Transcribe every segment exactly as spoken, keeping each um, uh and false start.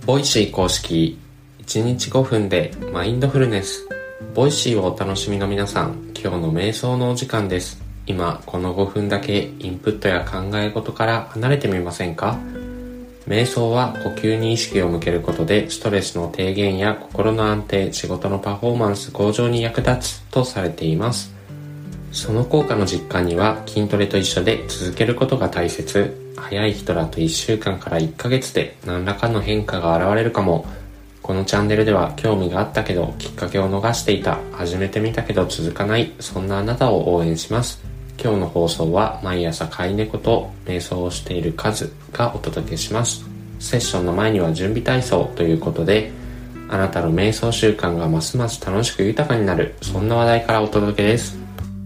ボイシー公式いちにちごふんでマインドフルネス。ボイシーをお楽しみの皆さん、今日の瞑想のお時間です。今このごふんだけインプットや考え事から離れてみませんか？瞑想は呼吸に意識を向けることでストレスの低減や心の安定、仕事のパフォーマンス向上に役立つとされています。その効果の実感には筋トレと一緒で続けることが大切。早い人だといっしゅうかんからいっかげつで何らかの変化が現れるかも。このチャンネルでは興味があったけどきっかけを逃していた、始めてみたけど続かない、そんなあなたを応援します。今日の放送は毎朝飼い猫と瞑想をしているカズがお届けします。セッションの前には準備体操ということで、あなたの瞑想習慣がますます楽しく豊かになる、そんな話題からお届けです。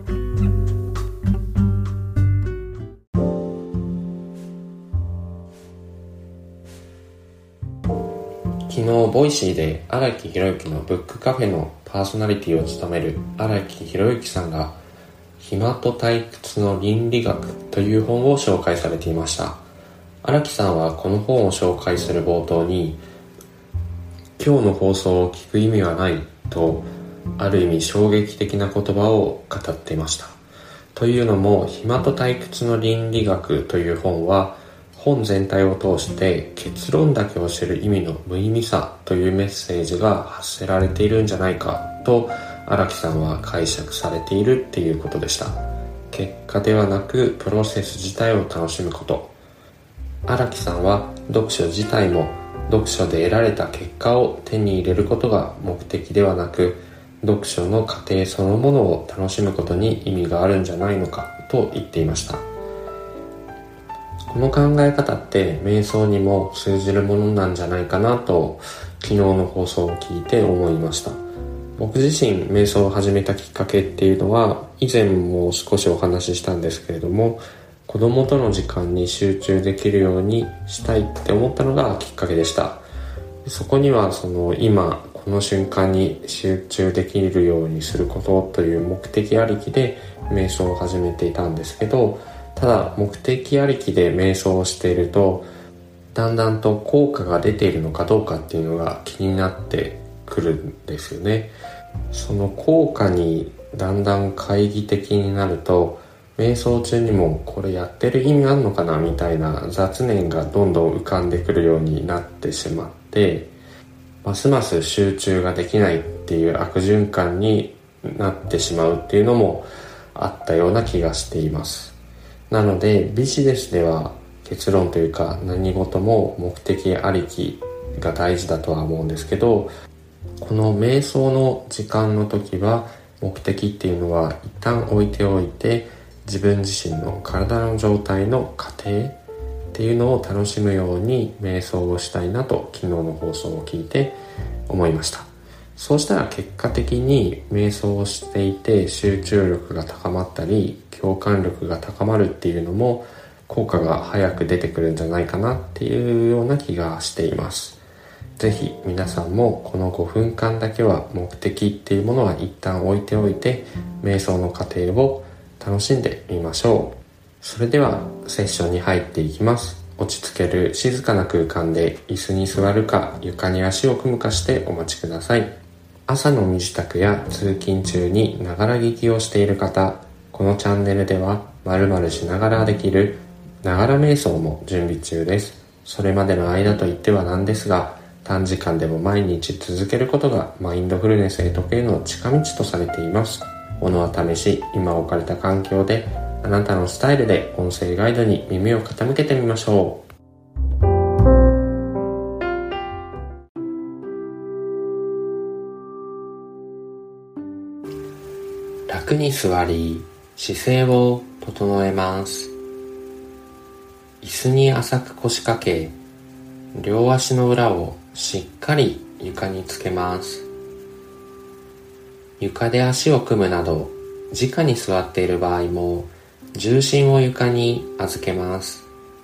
昨日ボイシーで荒木宏之のブックカフェのパーソナリティを務める荒木宏之さんが暇と退屈の倫理学という本を紹介されていました。荒木さんはこの本を紹介する冒頭に、今日の放送を聞く意味はないとある意味衝撃的な言葉を語っていました。というのも、暇と退屈の倫理学という本は本全体を通して結論だけを知る意味の無意味さというメッセージが発せられているんじゃないかと荒木さんは解釈されているっていうことでした。結果ではなくプロセス自体を楽しむこと。荒木さんは読書自体も読書で得られた結果を手に入れることが目的ではなく、読書の過程そのものを楽しむことに意味があるんじゃないのかと言っていました。この考え方って瞑想にも通じるものなんじゃないかなと昨日の放送を聞いて思いました。僕自身瞑想を始めたきっかけっていうのは以前も少しお話ししたんですけれども、子供との時間に集中できるようにしたいって思ったのがきっかけでした。そこにはその今この瞬間に集中できるようにすることという目的ありきで瞑想を始めていたんですけど、ただ目的ありきで瞑想をしているとだんだんと効果が出ているのかどうかっていうのが気になってくるんですよね。その効果にだんだん懐疑的になると、瞑想中にもこれやってる意味あんのかなみたいな雑念がどんどん浮かんでくるようになってしまって、ますます集中ができないっていう悪循環になってしまうっていうのもあったような気がしています。なのでビジネスでは結論というか何事も目的ありきが大事だとは思うんですけど、この瞑想の時間の時は目的っていうのは一旦置いておいて、自分自身の体の状態の過程っていうのを楽しむように瞑想をしたいなと昨日の放送を聞いて思いました。そうしたら結果的に瞑想をしていて集中力が高まったり共感力が高まるっていうのも効果が早く出てくるんじゃないかなっていうような気がしています。ぜひ皆さんもこのごふんかんだけは目的っていうものは一旦置いておいて瞑想の過程を楽しんでみましょう。それではセッションに入っていきます。落ち着ける静かな空間で椅子に座るか床に足を組むかしてお待ちください。朝の身支度や通勤中にながら聞きをしている方、このチャンネルでは〇〇しながらできるながら瞑想も準備中です。それまでの間といってはなんですが、短時間でも毎日続けることがマインドフルネスへとへの近道とされています。ものは試し、今置かれた環境であなたのスタイルで音声ガイドに耳を傾けてみましょう。楽に座り、姿勢を整えます。椅子に浅く腰掛け、両足の裏をしっかり床につけます。床で足を組むなど、直に座っている場合も重心を床に預けます。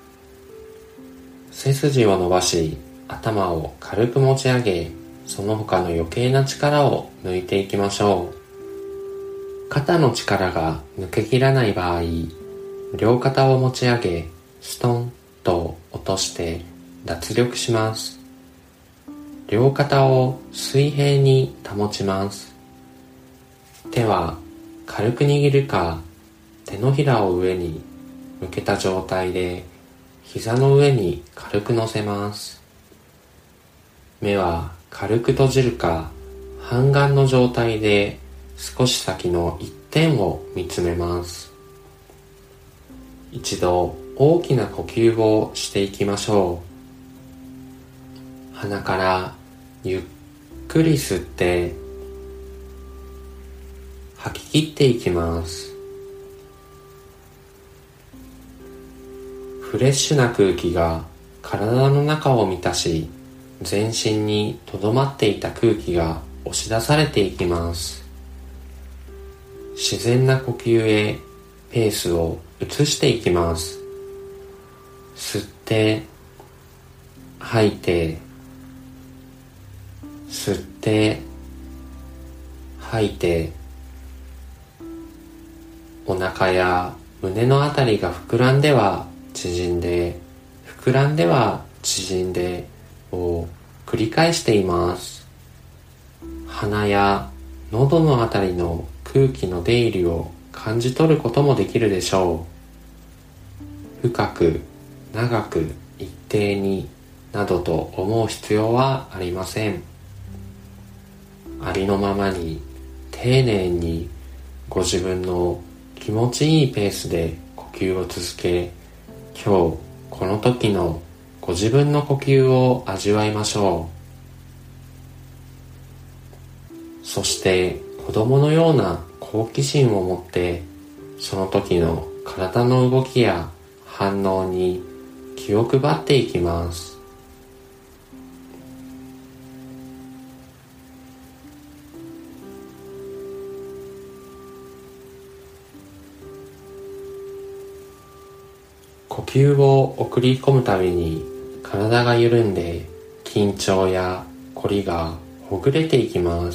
背筋を伸ばし、頭を軽く持ち上げ、その他の余計な力を抜いていきましょう。肩の力が抜けきらない場合、両肩を持ち上げ、ストンと落として脱力します。 両肩を水平に保ちます。手は軽く握るか、手のひらを上に向けた状態で膝の上に軽く乗せます。目は軽く閉じるか、半眼の状態で少し先の一点を見つめます。一度大きな呼吸をしていきましょう。鼻からゆっくり吸って吐き切っていきます。フレッシュな空気が体の中を満たし、全身にとどまっていた空気が押し出されていきます。自然な呼吸へペースを移していきます。吸って吐いて、吸って吐いて、お腹や胸のあたりが膨らんでは縮んで、膨らんでは縮んでを繰り返しています。鼻や喉のあたりの空気の出入りを感じ取ることもできるでしょう。深く長く一定になどと思う必要はありません。ありのままに丁寧にご自分の気持ちいいペースで呼吸を続け、今日この時のご自分の呼吸を味わいましょう。そして子供のような好奇心を持って、その時の体の動きや反応に気を配っていきます。呼吸を送り込むたびに体が緩んで、緊張やこりがほぐれていきます。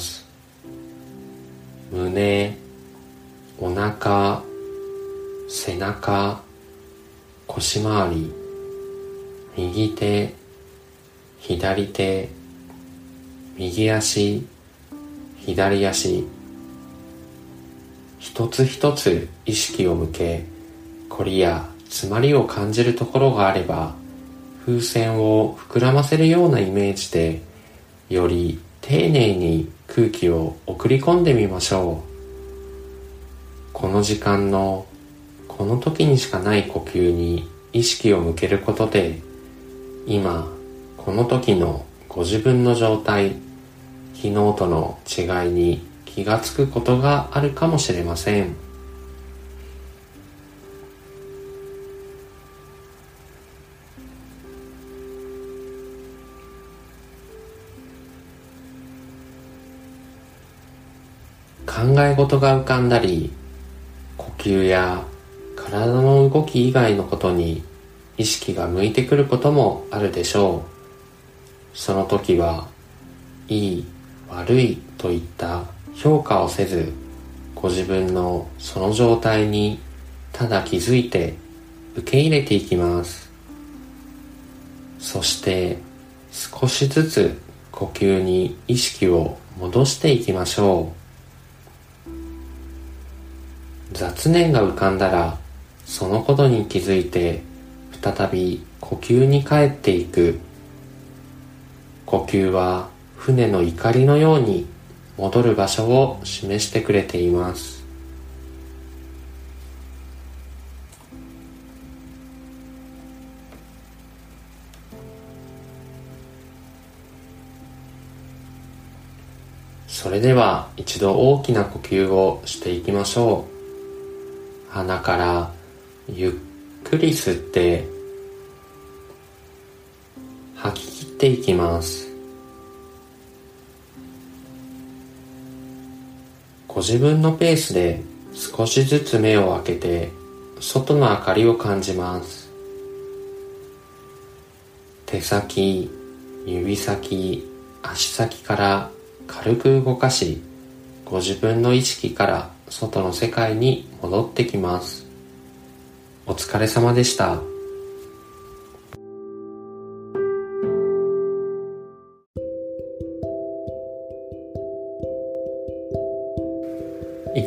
胸、お腹、背中、腰回り、右手、左手、右足、左足、一つ一つ意識を向け、こりや詰まりを感じるところがあれば、風船を膨らませるようなイメージで、より丁寧に空気を送り込んでみましょう。この時間のこの時にしかない呼吸に意識を向けることで、今この時のご自分の状態、昨日との違いに気がつくことがあるかもしれません。考え事が浮かんだり、呼吸や体の動き以外のことに意識が向いてくることもあるでしょう。その時は、いい、悪いといった評価をせず、ご自分のその状態にただ気づいて受け入れていきます。そして少しずつ呼吸に意識を戻していきましょう。雑念が浮かんだら、そのことに気づいて再び呼吸に帰っていく。呼吸は船の怒りのように戻る場所を示してくれています。それでは一度大きな呼吸をしていきましょう。鼻からゆっくり吸って吐き切っていきます。ご自分のペースで少しずつ目を開けて外の明かりを感じます。手先、指先、足先から軽く動かし、ご自分の意識から外の世界に戻ってきます。お疲れ様でした。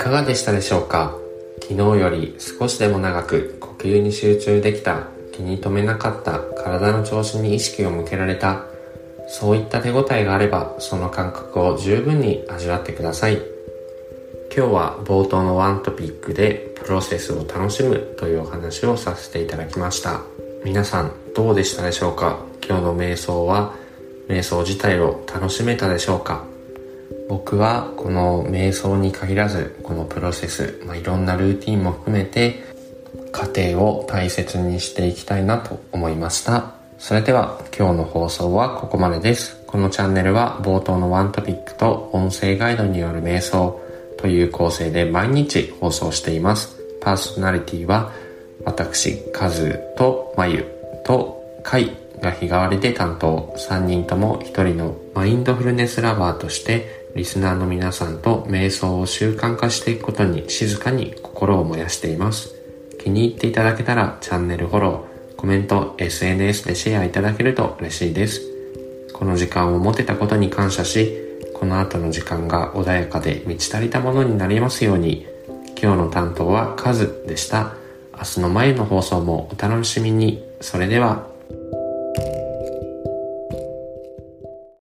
かがでしたでしょうか。昨日より少しでも長く呼吸に集中できた、気に留めなかった体の調子に意識を向けられた、そういった手応えがあればその感覚を十分に味わってください。今日は冒頭のワントピックでプロセスを楽しむというお話をさせていただきました。皆さんどうでしたでしょうか。今日の瞑想は瞑想自体を楽しめたでしょうか。僕はこの瞑想に限らずこのプロセス、まあ、いろんなルーティンも含めて過程を大切にしていきたいなと思いました。それでは今日の放送はここまでです。このチャンネルは冒頭のワントピックと音声ガイドによる瞑想という構成で毎日放送しています。パーソナリティは私、カズとマユとカイが日替わりで担当。さんにんともひとりのマインドフルネスラバーとしてリスナーの皆さんと瞑想を習慣化していくことに静かに心を燃やしています。気に入っていただけたらチャンネルフォロー、コメント、エスエヌエス でシェアいただけると嬉しいです。この時間を持てたことに感謝し、この後の時間が穏やかで満ち足りたものになりますように。今日の担当はカズでした。明日の前の放送もお楽しみに。それでは。